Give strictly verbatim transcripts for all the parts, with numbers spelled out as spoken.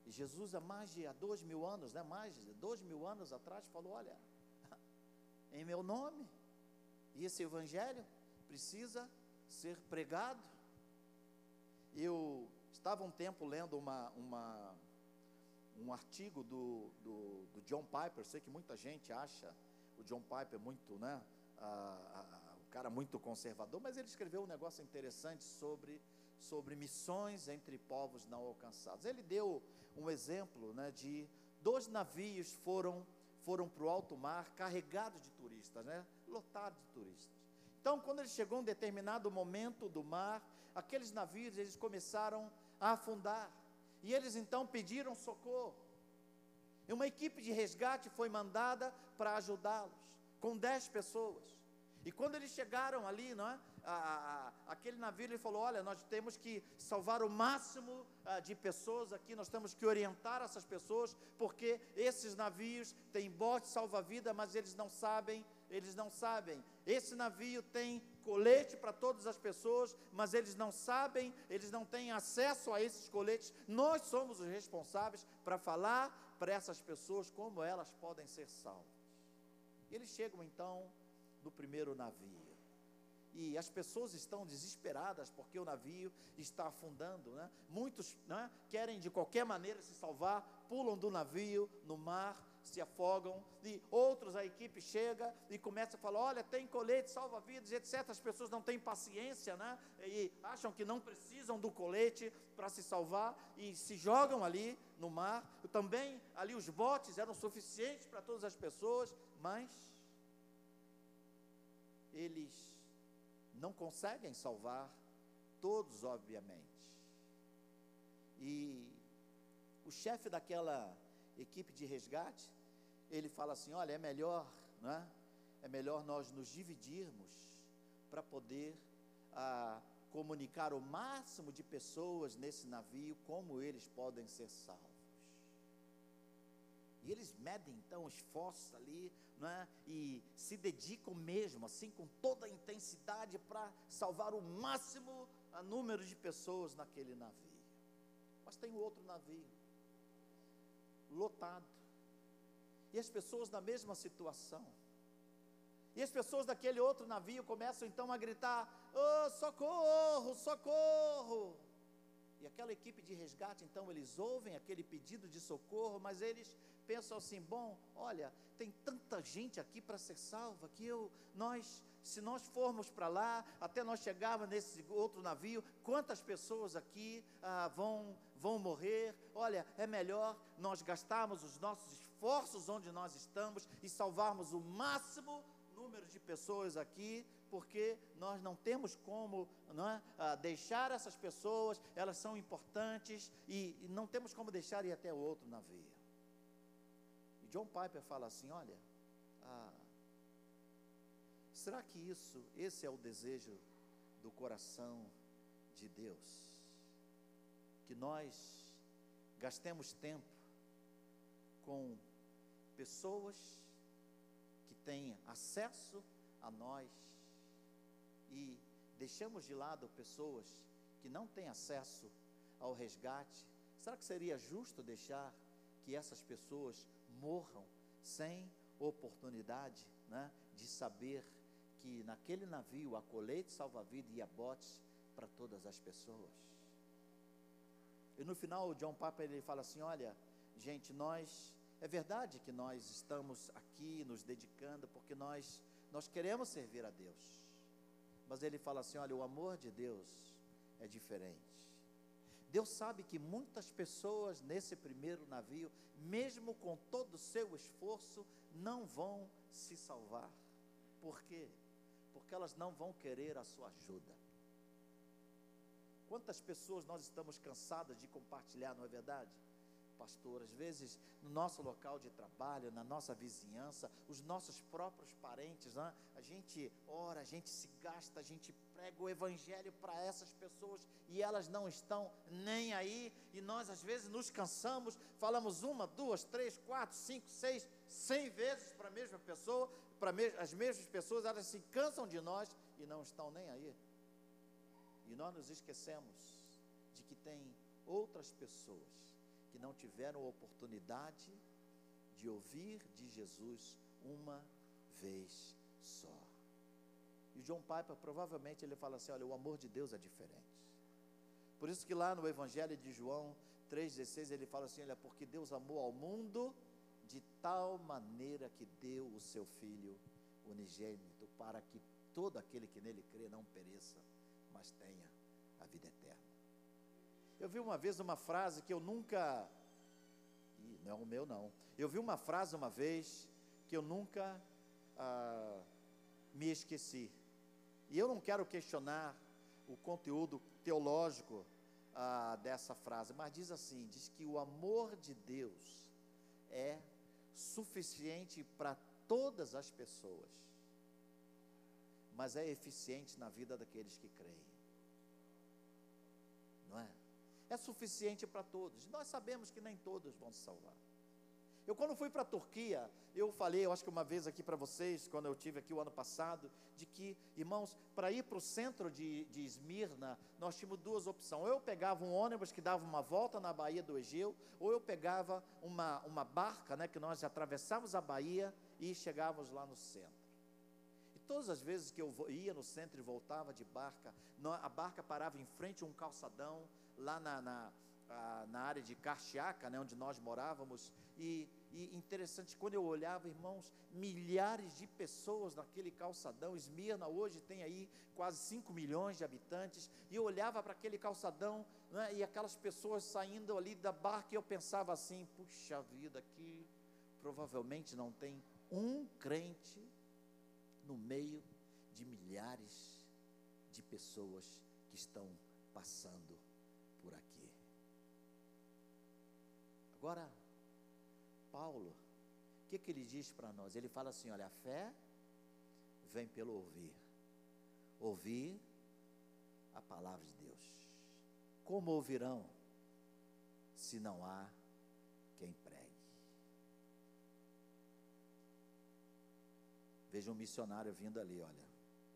E Jesus, há mais de há dois mil anos, né, mais de dois mil anos atrás, falou: olha, em meu nome, e esse evangelho precisa ser pregado. Eu estava um tempo lendo uma, uma, um artigo do, do, do John Piper. Sei que muita gente acha o John Piper muito, né, a, a, o cara muito conservador, mas ele escreveu um negócio interessante sobre, sobre missões entre povos não alcançados. Ele deu um exemplo, né, de dois navios foram, foram para o alto mar carregados de turistas, né, lotados de turistas. Então, quando ele chegou em um determinado momento do mar, aqueles navios, eles começaram a afundar, e eles então pediram socorro, e uma equipe de resgate foi mandada para ajudá-los, com dez pessoas, e quando eles chegaram ali, não é, a, a, aquele navio, ele falou: olha, nós temos que salvar o máximo a, de pessoas aqui, nós temos que orientar essas pessoas, porque esses navios têm bote salva-vida, mas eles não sabem, eles não sabem, esse navio tem colete para todas as pessoas, mas eles não sabem, eles não têm acesso a esses coletes. Nós somos os responsáveis para falar para essas pessoas como elas podem ser salvas. E eles chegam então no primeiro navio, e as pessoas estão desesperadas porque o navio está afundando, né? Muitos, né, querem de qualquer maneira se salvar, pulam do navio no mar, se afogam, e outros, a equipe chega e começa a falar: olha, tem colete, salva-vidas, etcétera. As pessoas não têm paciência, né, e acham que não precisam do colete para se salvar, e se jogam ali no mar. Também ali os botes eram suficientes para todas as pessoas, mas eles não conseguem salvar todos, obviamente. E o chefe daquela equipe de resgate, ele fala assim: olha, é melhor, né, é melhor nós nos dividirmos para poder ah, comunicar o máximo de pessoas nesse navio, como eles podem ser salvos. E eles medem então esforços ali, né, e se dedicam mesmo, assim, com toda a intensidade, para salvar o máximo a número de pessoas naquele navio. Mas tem um outro navio, lotado, e as pessoas na mesma situação, e as pessoas daquele outro navio começam então a gritar: oh, socorro, socorro! E aquela equipe de resgate, então, eles ouvem aquele pedido de socorro, mas eles pensam assim: bom, olha, tem tanta gente aqui para ser salva, que eu, nós, se nós formos para lá, até nós chegarmos nesse outro navio, quantas pessoas aqui ah, vão, vão morrer? Olha, é melhor nós gastarmos os nossos esforços onde nós estamos e salvarmos o máximo número de pessoas aqui, porque nós não temos como, não é, ah, deixar essas pessoas, elas são importantes, e, e não temos como deixar ir até o outro navio. E John Piper fala assim: olha, ah, será que isso, esse é o desejo do coração de Deus? Que nós gastemos tempo com pessoas que têm acesso a nós, e deixamos de lado pessoas que não têm acesso ao resgate? Será que seria justo deixar que essas pessoas morram sem oportunidade, né, de saber que naquele navio há colete salva-vidas e há botes para todas as pessoas? E no final o John Piper, ele fala assim: olha, gente, nós, é verdade que nós estamos aqui nos dedicando porque nós, nós queremos servir a Deus, mas ele fala assim: olha, o amor de Deus é diferente. Deus sabe que muitas pessoas nesse primeiro navio, mesmo com todo o seu esforço, não vão se salvar. Por quê? Porque elas não vão querer a sua ajuda. Quantas pessoas nós estamos cansadas de compartilhar, não é verdade, pastor? Às vezes no nosso local de trabalho, na nossa vizinhança, os nossos próprios parentes, né? A gente ora, a gente se gasta, a gente prega o evangelho para essas pessoas e elas não estão nem aí, e nós às vezes nos cansamos, falamos uma, duas, três, quatro, cinco, seis, cem vezes para a mesma pessoa, para as mesmas pessoas, elas se cansam de nós e não estão nem aí. E nós nos esquecemos de que tem outras pessoas que não tiveram oportunidade de ouvir de Jesus uma vez só. E o John Piper, provavelmente, ele fala assim, olha, o amor de Deus é diferente. Por isso que lá no Evangelho de João três dezesseis, ele fala assim, olha, porque Deus amou ao mundo de tal maneira que deu o seu Filho unigênito, para que todo aquele que nele crê não pereça, mas tenha a vida eterna. Eu vi uma vez uma frase que eu nunca, ih, não é o meu não, eu vi uma frase uma vez que eu nunca ah, me esqueci, e eu não quero questionar o conteúdo teológico ah, dessa frase, mas diz assim, diz que o amor de Deus é suficiente para todas as pessoas, mas é eficiente na vida daqueles que creem, não é? É suficiente para todos. Nós sabemos que nem todos vão se salvar. Eu quando fui para a Turquia, eu falei, eu acho que uma vez aqui para vocês, quando eu tive aqui o ano passado, de que, irmãos, para ir para o centro de, de Esmirna, nós tínhamos duas opções, ou eu pegava um ônibus que dava uma volta na Baía do Egeu, ou eu pegava uma, uma barca, né, que nós atravessávamos a Baía e chegávamos lá no centro. E todas as vezes que eu ia no centro e voltava de barca, a barca parava em frente a um calçadão, lá na, na, na área de Karšiaka, né, onde nós morávamos, e, e interessante, quando eu olhava, irmãos, milhares de pessoas naquele calçadão. Esmirna hoje tem aí quase cinco milhões de habitantes, e eu olhava para aquele calçadão, né, e aquelas pessoas saindo ali da barca, e eu pensava assim, puxa vida, aqui provavelmente não tem um crente no meio de milhares de pessoas que estão passando por aqui. Agora, Paulo, o que que ele diz para nós? Ele fala assim, olha, a fé vem pelo ouvir, ouvir a palavra de Deus. Como ouvirão, se não há quem pregue? Veja um missionário vindo ali, olha.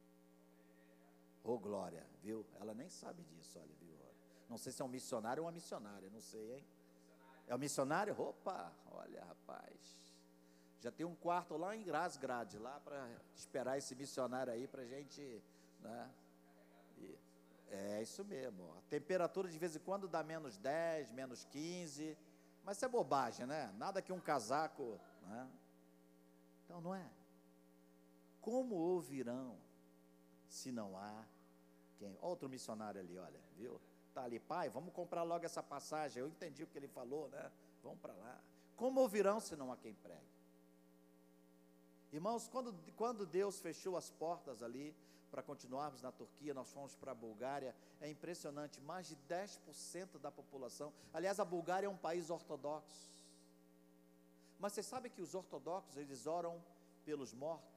Ô, glória, viu? Ela nem sabe disso, olha, viu? Não sei se é um missionário ou uma missionária, não sei, hein? É um missionário? Opa, olha, rapaz. Já tem um quarto lá em Razgrad, lá para esperar esse missionário aí para a gente, né? E é isso mesmo. A temperatura de vez em quando dá menos dez, menos quinze, mas isso é bobagem, né? Nada que um casaco, né? Então, não é? Como ouvirão se não há quem? Outro missionário ali, olha, viu? Está ali, pai, vamos comprar logo essa passagem. Eu entendi o que ele falou, né? Vamos para lá. Como ouvirão se não há quem pregue? Irmãos, quando, quando Deus fechou as portas ali para continuarmos na Turquia, nós fomos para a Bulgária, é impressionante, mais de dez por cento da população, aliás, a Bulgária é um país ortodoxo, mas você sabe que os ortodoxos, eles oram pelos mortos,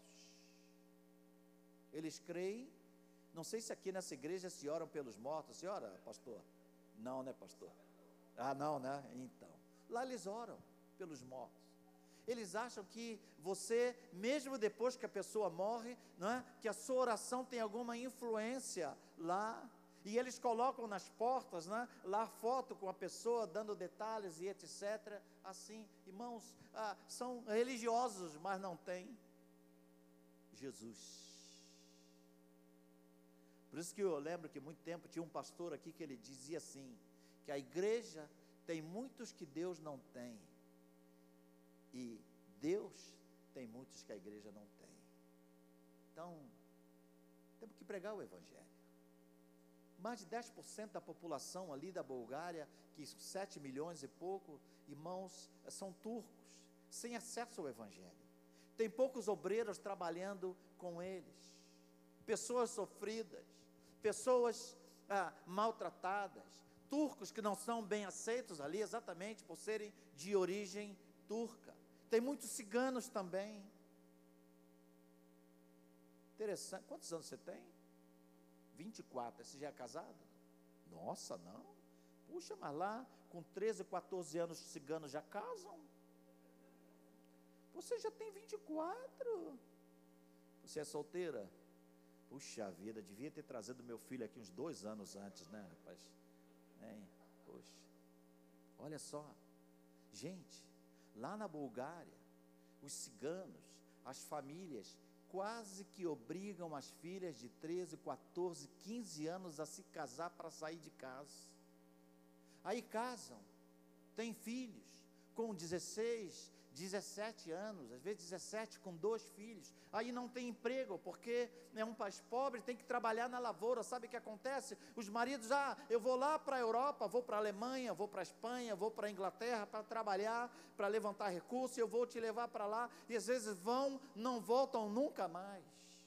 eles creem. Não sei se aqui nessa igreja se oram pelos mortos. Se ora, pastor? Não, né, pastor? Ah, não, né? Então, lá eles oram pelos mortos. Eles acham que você, mesmo depois que a pessoa morre, não é? Que a sua oração tem alguma influência lá. E eles colocam nas portas, né? Lá a foto com a pessoa, dando detalhes e etcétera. Assim, irmãos, ah, são religiosos, mas não têm Jesus. Por isso que eu lembro que muito tempo tinha um pastor aqui que ele dizia assim, que a igreja tem muitos que Deus não tem, e Deus tem muitos que a igreja não tem. Então, temos que pregar o evangelho. Mais de dez por cento da população ali da Bulgária, que sete milhões e pouco, irmãos, são turcos, sem acesso ao evangelho. Tem poucos obreiros trabalhando com eles, pessoas sofridas, pessoas ah, maltratadas, turcos que não são bem aceitos ali, exatamente por serem de origem turca. Tem muitos ciganos também. Interessante. Quantos anos você tem? vinte e quatro. Você já é casado? Nossa, não. Puxa, mas lá com treze, quatorze anos os ciganos já casam. Você já tem vinte e quatro. Você é solteira? Puxa vida, devia ter trazido meu filho aqui uns dois anos antes, né, rapaz? Hein? Poxa. Olha só, gente, lá na Bulgária, os ciganos, as famílias, quase que obrigam as filhas de treze, quatorze, quinze anos a se casar para sair de casa. Aí casam, têm filhos, com dezesseis, dezessete anos, às vezes dezessete, com dois filhos. Aí não tem emprego, porque é um país pobre, tem que trabalhar na lavoura. Sabe o que acontece? Os maridos, ah, eu vou lá para a Europa, vou para a Alemanha, vou para a Espanha, vou para a Inglaterra para trabalhar, para levantar recursos, eu vou te levar para lá. E às vezes vão, não voltam nunca mais.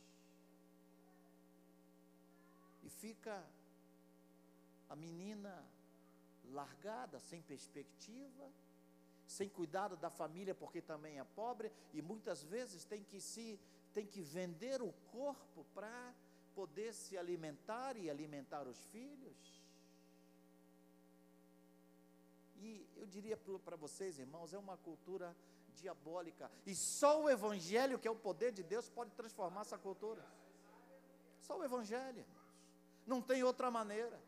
E fica a menina largada, sem perspectiva, sem cuidado da família, porque também é pobre, e muitas vezes tem que se tem que vender o corpo para poder se alimentar e alimentar os filhos. E eu diria para vocês, irmãos, é uma cultura diabólica, e só o Evangelho, que é o poder de Deus, pode transformar essa cultura. Só o Evangelho, irmãos, não tem outra maneira.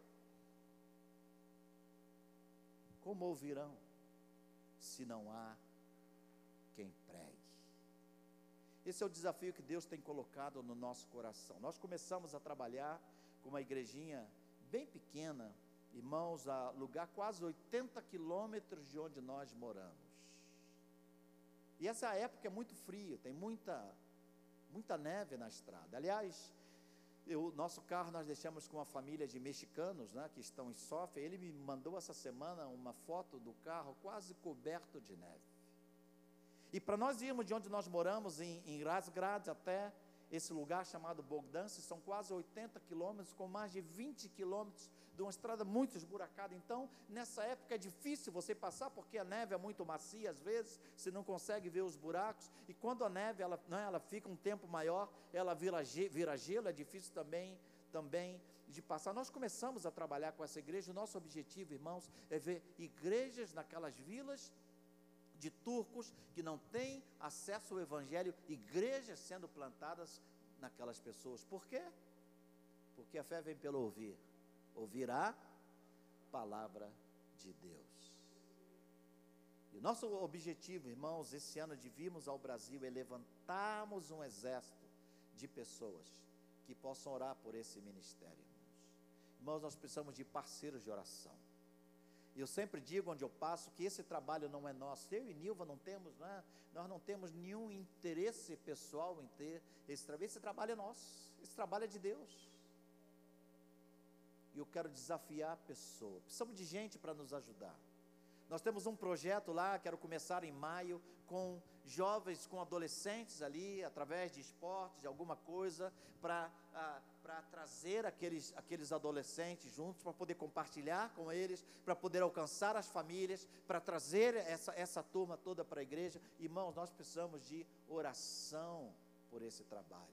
Como ouvirão se não há quem pregue? Esse é o desafio que Deus tem colocado no nosso coração. Nós começamos a trabalhar com uma igrejinha bem pequena, irmãos, a lugar quase oitenta quilômetros de onde nós moramos. E essa época é muito frio, tem muita, muita neve na estrada. Aliás, o nosso carro nós deixamos com uma família de mexicanos, né, que estão em Sofia. Ele me mandou essa semana uma foto do carro quase coberto de neve. E para nós irmos de onde nós moramos, em, em Razgrad, até esse lugar chamado Bogdansk, são quase oitenta quilômetros, com mais de vinte quilômetros de uma estrada muito esburacada. Então, nessa época é difícil você passar, porque a neve é muito macia, às vezes, você não consegue ver os buracos, e quando a neve, ela, né, ela fica um tempo maior, ela vira, vira gelo, é difícil também, também de passar. Nós começamos a trabalhar com essa igreja. O nosso objetivo, irmãos, é ver igrejas naquelas vilas de turcos que não têm acesso ao Evangelho, igrejas sendo plantadas naquelas pessoas. Por quê? Porque a fé vem pelo ouvir, ouvir a palavra de Deus. E o nosso objetivo, irmãos, esse ano de virmos ao Brasil é levantarmos um exército de pessoas que possam orar por esse ministério, irmãos. Irmãos, nós precisamos de parceiros de oração. Eu sempre digo onde eu passo que esse trabalho não é nosso. Eu e Nilva não temos, né? Nós não temos nenhum interesse pessoal em ter esse trabalho. Esse trabalho é nosso, esse trabalho é de Deus. E eu quero desafiar a pessoa. Precisamos de gente para nos ajudar. Nós temos um projeto lá, quero começar em maio, com jovens, com adolescentes ali, através de esportes, de alguma coisa, para ah, para trazer aqueles, aqueles adolescentes juntos, para poder compartilhar com eles, para poder alcançar as famílias, para trazer essa, essa turma toda para a igreja. Irmãos, nós precisamos de oração por esse trabalho.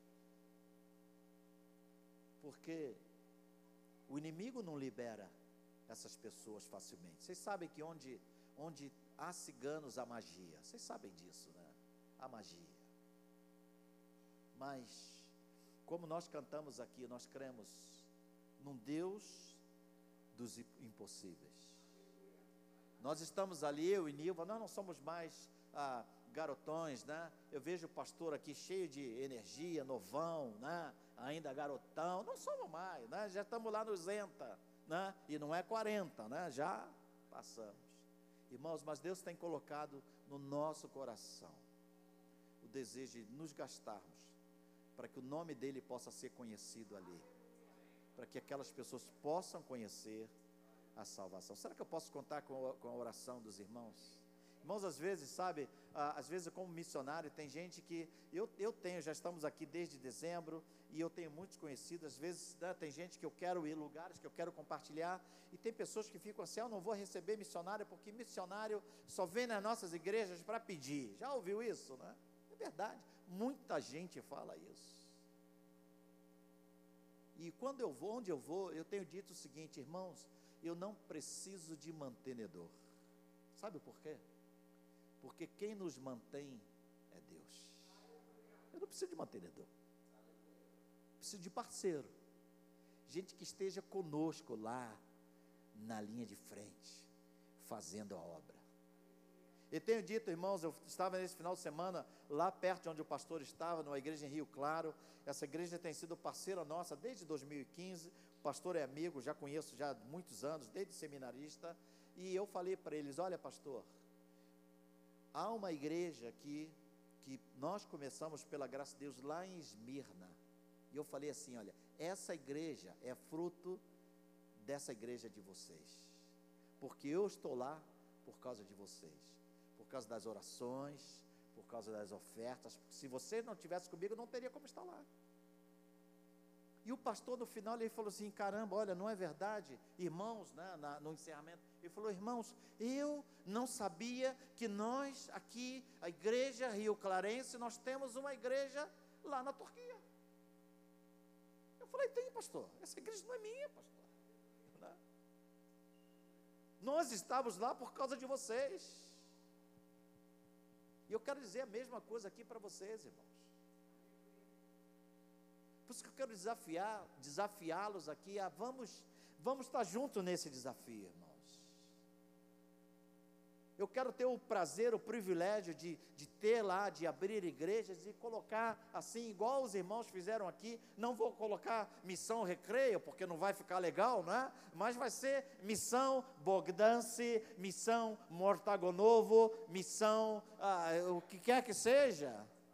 Porque o inimigo não libera essas pessoas facilmente. Vocês sabem que onde, onde há ciganos, há magia. Vocês sabem disso, né? Há magia. Mas, como nós cantamos aqui, nós cremos num Deus dos impossíveis. Nós estamos ali, eu e Nilva, nós não somos mais ah, garotões, né? Eu vejo o pastor aqui cheio de energia, novão, né? Ainda garotão. Não somos mais, né? Já estamos lá nos enta, né? E não é quarenta, né? Já passamos. Irmãos, mas Deus tem colocado no nosso coração o desejo de nos gastarmos para que o nome dele possa ser conhecido ali, para que aquelas pessoas possam conhecer a salvação. Será que eu posso contar com a, com a oração dos irmãos? Irmãos, às vezes, sabe, às vezes como missionário, tem gente que, eu, eu tenho, já estamos aqui desde dezembro, e eu tenho muitos conhecidos. Às vezes, né, tem gente que eu quero ir, lugares que eu quero compartilhar, e tem pessoas que ficam assim, eu não vou receber missionário, porque missionário só vem nas nossas igrejas para pedir. Já ouviu isso, né? É verdade, muita gente fala isso. E quando eu vou, onde eu vou, eu tenho dito o seguinte, irmãos, eu não preciso de mantenedor. Sabe por quê? Porque quem nos mantém é Deus. Eu não preciso de mantenedor. Preciso de parceiro. Gente que esteja conosco lá na linha de frente, fazendo a obra. E tenho dito, irmãos, eu estava nesse final de semana, lá perto de onde o pastor estava, numa igreja em Rio Claro. Essa igreja tem sido parceira nossa desde dois mil e quinze, o pastor é amigo, já conheço já há muitos anos, desde seminarista, e eu falei para eles, olha pastor, há uma igreja aqui, que nós começamos pela graça de Deus lá em Esmirna, e eu falei assim, olha, essa igreja é fruto dessa igreja de vocês, porque eu estou lá por causa de vocês, por causa das orações, por causa das ofertas. Se você não tivesse comigo, não teria como estar lá. E o pastor no final, ele falou assim, caramba, olha, não é verdade, irmãos, né, na, no encerramento, ele falou, irmãos, eu não sabia que nós aqui, a igreja Rio Clarense, nós temos uma igreja lá na Turquia. Eu falei, tem pastor, essa igreja não é minha, pastor, né? Nós estávamos lá por causa de vocês. E eu quero dizer a mesma coisa aqui para vocês, irmãos. Por isso que eu quero desafiar, desafiá-los aqui a vamos, vamos estar juntos nesse desafio, irmãos. Eu quero ter o prazer, o privilégio de, de ter lá, de abrir igrejas e colocar assim, igual os irmãos fizeram aqui. Não vou colocar missão recreio, porque não vai ficar legal, não é? Mas vai ser missão Bogdanci, missão Mortagonovo, missão, ah, o que quer que seja.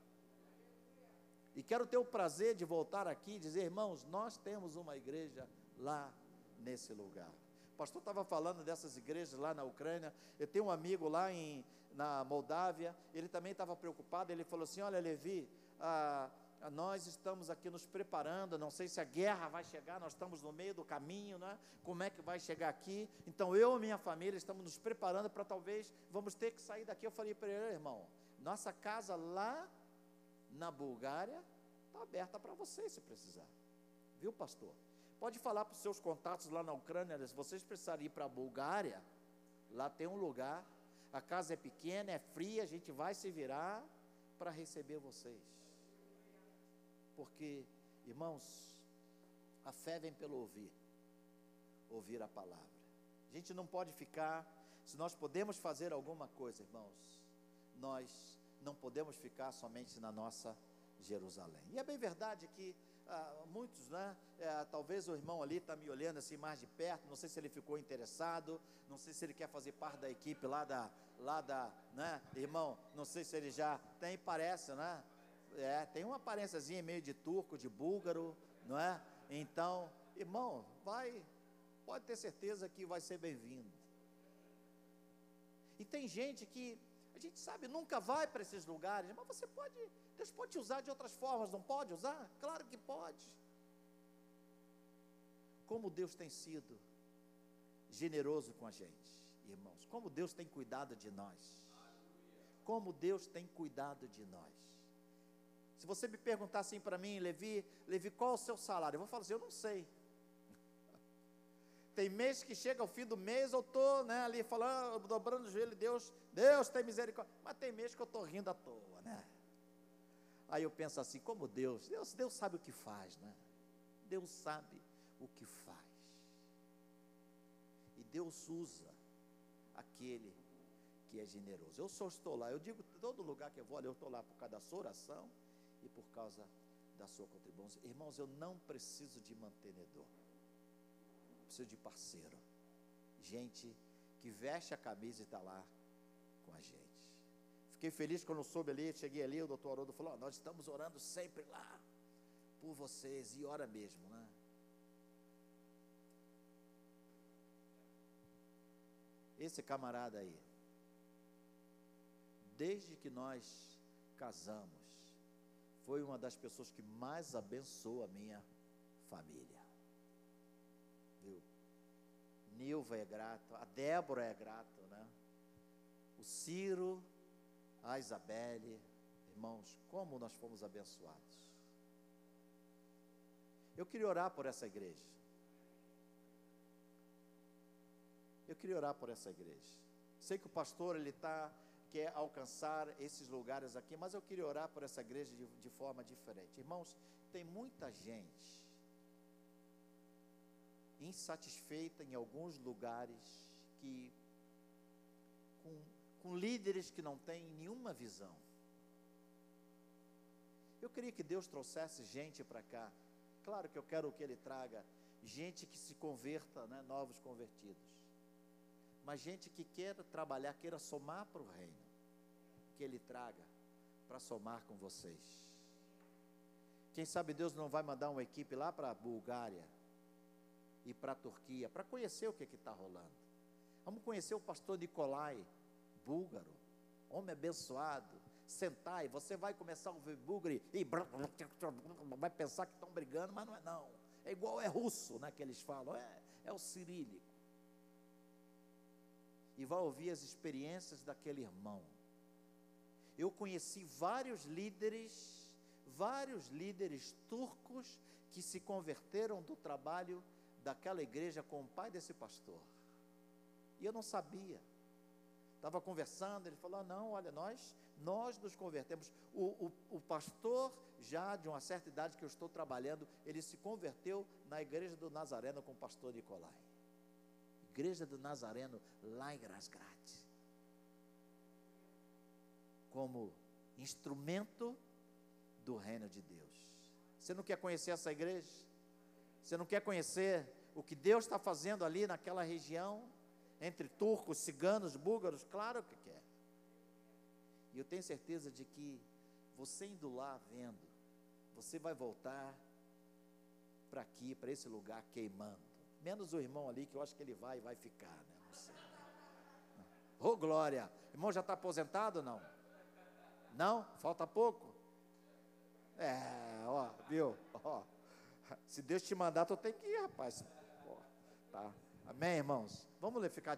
E quero ter o prazer de voltar aqui e dizer, irmãos, nós temos uma igreja lá nesse lugar. O pastor estava falando dessas igrejas lá na Ucrânia. Eu tenho um amigo lá em, na Moldávia, ele também estava preocupado. Ele falou assim, olha Levi, ah, nós estamos aqui nos preparando, não sei se a guerra vai chegar, nós estamos no meio do caminho, né? Como é que vai chegar aqui? Então eu e minha família estamos nos preparando para talvez, vamos ter que sair daqui. Eu falei para ele, irmão, nossa casa lá na Bulgária está aberta para você se precisar, viu pastor? Pode falar para os seus contatos lá na Ucrânia, se vocês precisarem ir para a Bulgária, lá tem um lugar, a casa é pequena, é fria, a gente vai se virar para receber vocês. Porque, irmãos, a fé vem pelo ouvir, ouvir a palavra. A gente não pode ficar, se nós podemos fazer alguma coisa, irmãos, nós não podemos ficar somente na nossa Jerusalém. E é bem verdade que ah, muitos, né, é, talvez o irmão ali está me olhando assim mais de perto, não sei se ele ficou interessado, não sei se ele quer fazer parte da equipe lá da, lá da, né, irmão, não sei se ele já tem, parece, né, é, tem uma aparênciazinha meio de turco, de búlgaro, não é? Então, irmão, vai, pode ter certeza que vai ser bem-vindo. E tem gente que a gente sabe, nunca vai para esses lugares, mas você pode, Deus pode te usar de outras formas, não pode usar? Claro que pode. Como Deus tem sido generoso com a gente, irmãos, como Deus tem cuidado de nós, como Deus tem cuidado de nós. Se você me perguntar assim para mim, Levi, Levi, qual é o seu salário? Eu vou falar assim, eu não sei. Tem mês que chega ao fim do mês, eu estou, né, ali falando, dobrando o joelho, Deus, Deus tem misericórdia. Mas tem mês que eu estou rindo à toa, né? Aí eu penso assim, como Deus, Deus, Deus sabe o que faz, né? Deus sabe o que faz. E Deus usa aquele que é generoso. Eu só estou lá, eu digo, todo lugar que eu vou, eu estou lá por causa da sua oração e por causa da sua contribuição. Irmãos, eu não preciso de mantenedor. Preciso de parceiro, gente que veste a camisa e está lá com a gente. Fiquei feliz quando eu soube ali, cheguei ali, o doutor Haroldo falou, oh, nós estamos orando sempre lá por vocês, e ora mesmo, né? Esse camarada aí, desde que nós casamos, foi uma das pessoas que mais abençoou a minha família. Viu? Nilva é grato, a Débora é grato, né? O Ciro, a Isabelle, irmãos, como nós fomos abençoados. Eu queria orar por essa igreja. Eu queria orar por essa igreja. Sei que o pastor, ele tá, quer alcançar esses lugares aqui, mas eu queria orar por essa igreja de, de forma diferente. Irmãos, tem muita gente insatisfeita em alguns lugares que com, com líderes que não têm nenhuma visão. Eu queria que Deus trouxesse gente para cá. Claro que eu quero que Ele traga gente que se converta, né, novos convertidos. Mas gente que queira trabalhar, queira somar para o reino. Que Ele traga para somar com vocês. Quem sabe Deus não vai mandar uma equipe lá para a Bulgária e para a Turquia, para conhecer o que está rolando. Vamos conhecer o pastor Nicolai, búlgaro, homem abençoado. Sentar e você vai começar a ouvir búlgaro e vai pensar que estão brigando, mas não é não. É igual é russo, né, que eles falam, é, é o cirílico. E vai ouvir as experiências daquele irmão. Eu conheci vários líderes, vários líderes turcos que se converteram do trabalho daquela igreja com o pai desse pastor. E eu não sabia. Estava conversando, ele falou, não, olha, nós, nós nos convertemos. O, o, o pastor, já de uma certa idade que eu estou trabalhando, ele se converteu na igreja do Nazareno com o pastor Nicolai. Igreja do Nazareno, lá em Razgrad. Como instrumento do reino de Deus. Você não quer conhecer essa igreja? Você não quer conhecer o que Deus está fazendo ali naquela região? Entre turcos, ciganos, búlgaros? Claro que quer. E eu tenho certeza de que você indo lá vendo, você vai voltar para aqui, para esse lugar queimando. Menos o irmão ali, que eu acho que ele vai e vai ficar, né? Não sei, né? Ô, oh, glória! O irmão já está aposentado ou não? Não? Falta pouco? É, ó, viu? Ó, se Deus te mandar, tu tem que ir, rapaz. Ó, tá. Amém, irmãos? Vamos ficar